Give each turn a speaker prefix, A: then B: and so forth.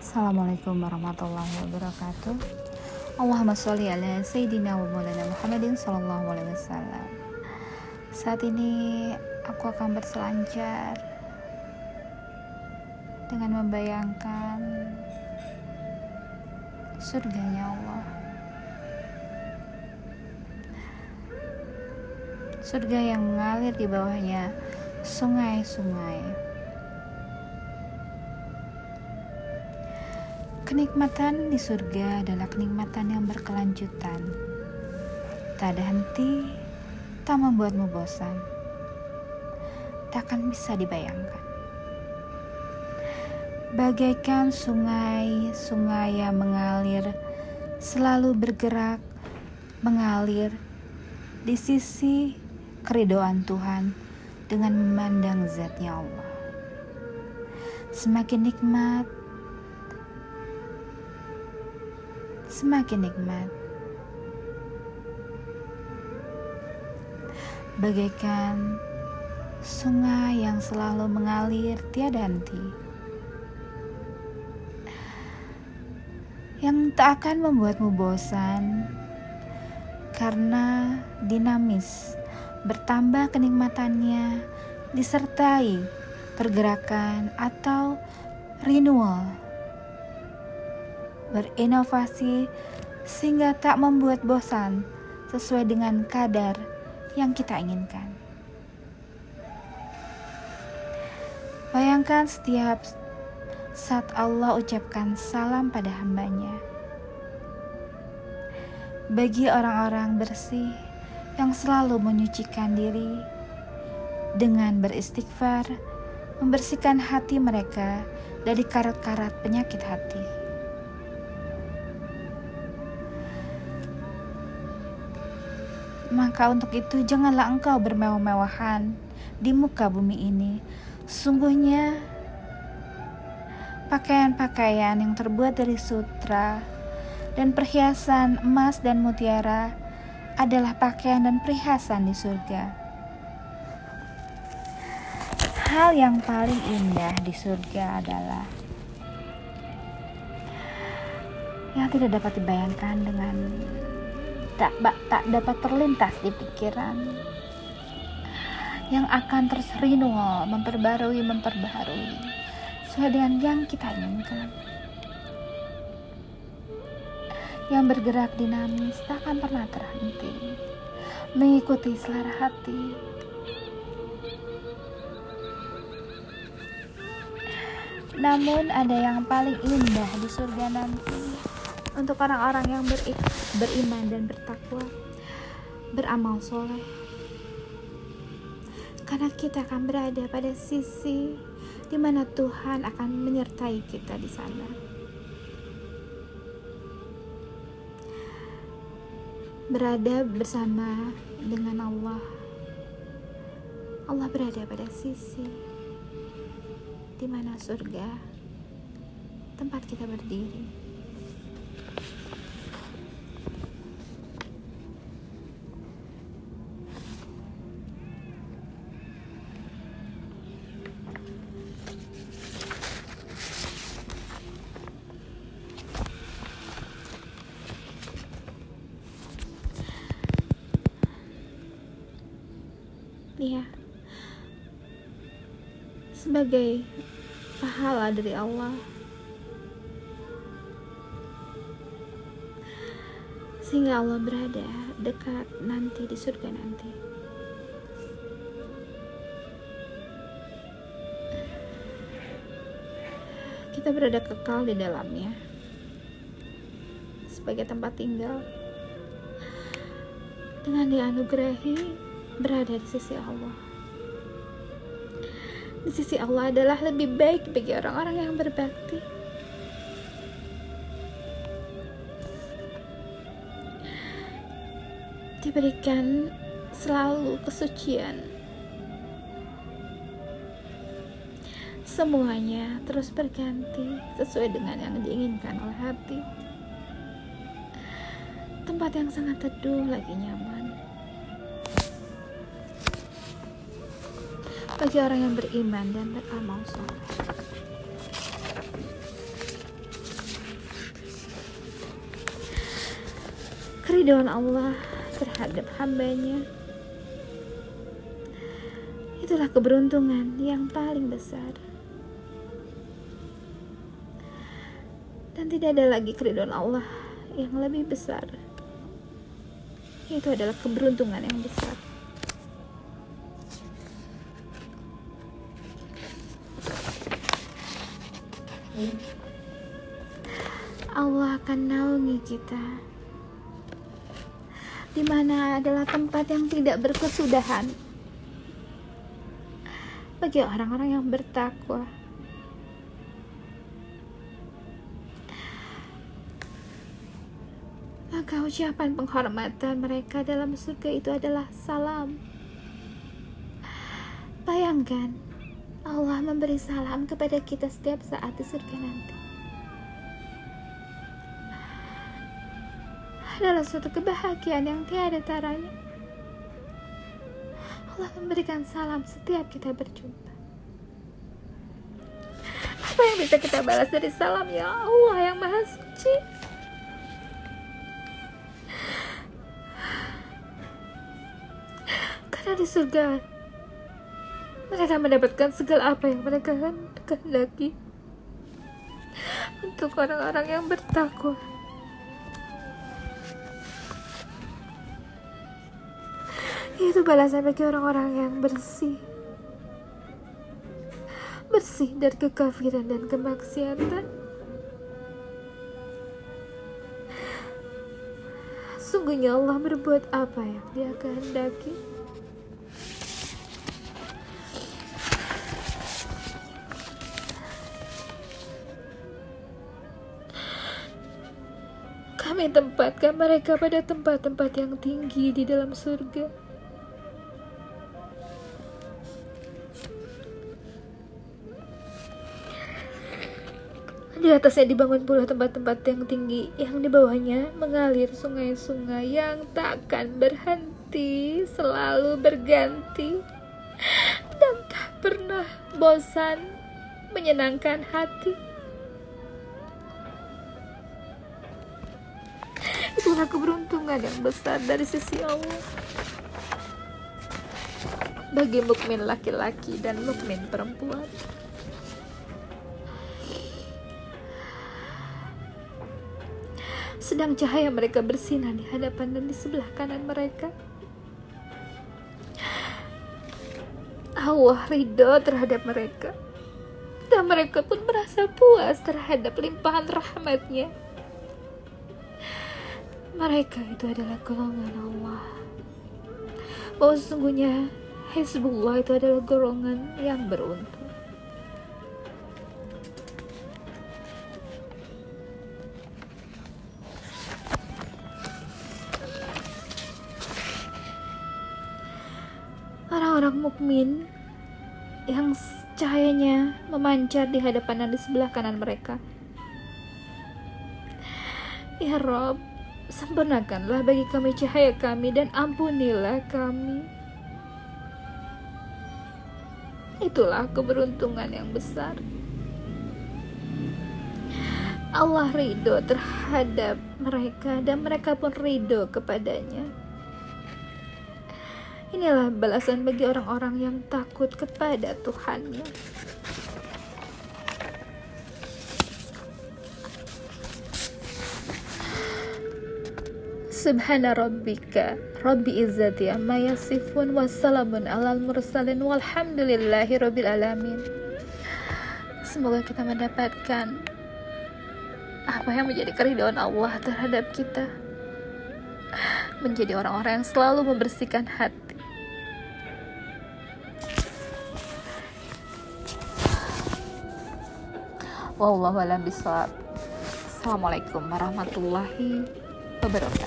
A: Assalamualaikum warahmatullahi wabarakatuh. Allahumma sholli ala Sayyidina wa maulana Muhammadin sallallahu alaihi wasallam. Saat ini aku akan berselancar dengan membayangkan surganya Allah. Surga yang mengalir di bawahnya sungai-sungai. Kenikmatan di surga adalah kenikmatan yang berkelanjutan, tak ada henti, tak membuatmu bosan, tak akan bisa dibayangkan. Bagaikan sungai-sungai yang mengalir, selalu bergerak, mengalir di sisi keridhaan Tuhan dengan memandang zatnya Allah. Semakin nikmat, bagaikan sungai yang selalu mengalir tiada henti, yang tak akan membuatmu bosan karena dinamis, bertambah kenikmatannya disertai pergerakan atau renewal, berinovasi sehingga tak membuat bosan sesuai dengan kadar yang kita inginkan. Bayangkan setiap saat Allah ucapkan salam pada hambanya. Bagi orang-orang bersih yang selalu menyucikan diri dengan beristighfar, membersihkan hati mereka dari karat-karat penyakit hati. Maka untuk itu janganlah engkau bermewah-mewahan di muka bumi ini. Sungguhnya pakaian-pakaian yang terbuat dari sutra dan perhiasan emas dan mutiara adalah pakaian dan perhiasan di surga. Hal yang paling indah di surga adalah yang tidak dapat dibayangkan dengan tak dapat terlintas di pikiran, yang akan terus renewal, memperbarui sesuai dengan yang kita inginkan, yang bergerak dinamis, tak akan pernah terhenti, mengikuti selera hati. Namun ada yang paling indah di surga nanti untuk orang-orang yang beriman dan bertakwa, beramal soleh. Karena kita akan berada pada sisi di mana Tuhan akan menyertai kita di sana. Berada bersama dengan Allah. Allah berada pada sisi di mana surga tempat kita berdiri. Ya, sebagai pahala dari Allah, sehingga Allah berada dekat nanti di surga nanti. Kita berada kekal di dalamnya sebagai tempat tinggal, dengan dianugerahi berada di sisi Allah. Di sisi Allah adalah lebih baik bagi orang-orang yang berbakti. Diberikan selalu kesucian. Semuanya terus berganti sesuai dengan yang diinginkan oleh hati. Tempat yang sangat teduh lagi nyaman. bagi orang yang beriman dan beramal soleh. Keridhaan Allah terhadap hambanya, itulah keberuntungan yang paling besar. Dan tidak ada lagi keridhaan Allah yang lebih besar. Itu adalah keberuntungan yang besar. Allah akan naungi kita, di mana adalah tempat yang tidak berkesudahan bagi orang-orang yang bertakwa. Maka ucapan penghormatan mereka dalam surga itu adalah salam. Bayangkan Allah memberi salam kepada kita setiap saat di surga nanti. Adalah suatu kebahagiaan yang tiada taranya. Allah memberikan salam setiap kita berjumpa. Apa yang bisa kita balas dari salam ya Allah yang Maha Suci? Karena di surga mereka mendapatkan segala apa yang mereka kehendaki untuk orang-orang yang bertakwa. Itu balasan bagi orang-orang yang bersih dari kekafiran dan kemaksiatan. Sungguhnya Allah berbuat apa yang Dia kehendaki. Kami tempatkan mereka pada tempat-tempat yang tinggi di dalam surga. Di atasnya dibangun pula tempat-tempat yang tinggi, yang di bawahnya mengalir sungai-sungai yang takkan berhenti, selalu berganti, dan tak pernah bosan, menyenangkan hati. Itulah keberuntungan yang besar dari sisi Allah bagi mukmin laki-laki dan mukmin perempuan. Sedang cahaya mereka bersinar di hadapan dan di sebelah kanan mereka. Allah ridho terhadap mereka, dan mereka pun merasa puas terhadap limpahan rahmat-Nya. Mereka itu adalah golongan Allah. Bahwa sesungguhnya Hizbullah itu adalah golongan yang beruntung. Orang-orang mukmin yang cahayanya memancar di hadapan dan di sebelah kanan mereka. Ya Rabb, sempurnakanlah bagi kami cahaya kami dan ampunilah kami. Itulah keberuntungan yang besar. Allah ridho terhadap mereka dan mereka pun ridho kepadanya. Inilah balasan bagi orang-orang yang takut kepada Tuhannya. Subhana rabbika rabbi izzati amma yasifun wassalamun alal mursalin walhamdulillahi rabbil alamin. Semoga kita mendapatkan apa yang menjadi keridhaan Allah terhadap kita, menjadi orang-orang yang selalu membersihkan hati. Wallahu a'lam bishawab. Assalamualaikum warahmatullahi wabarakatuh.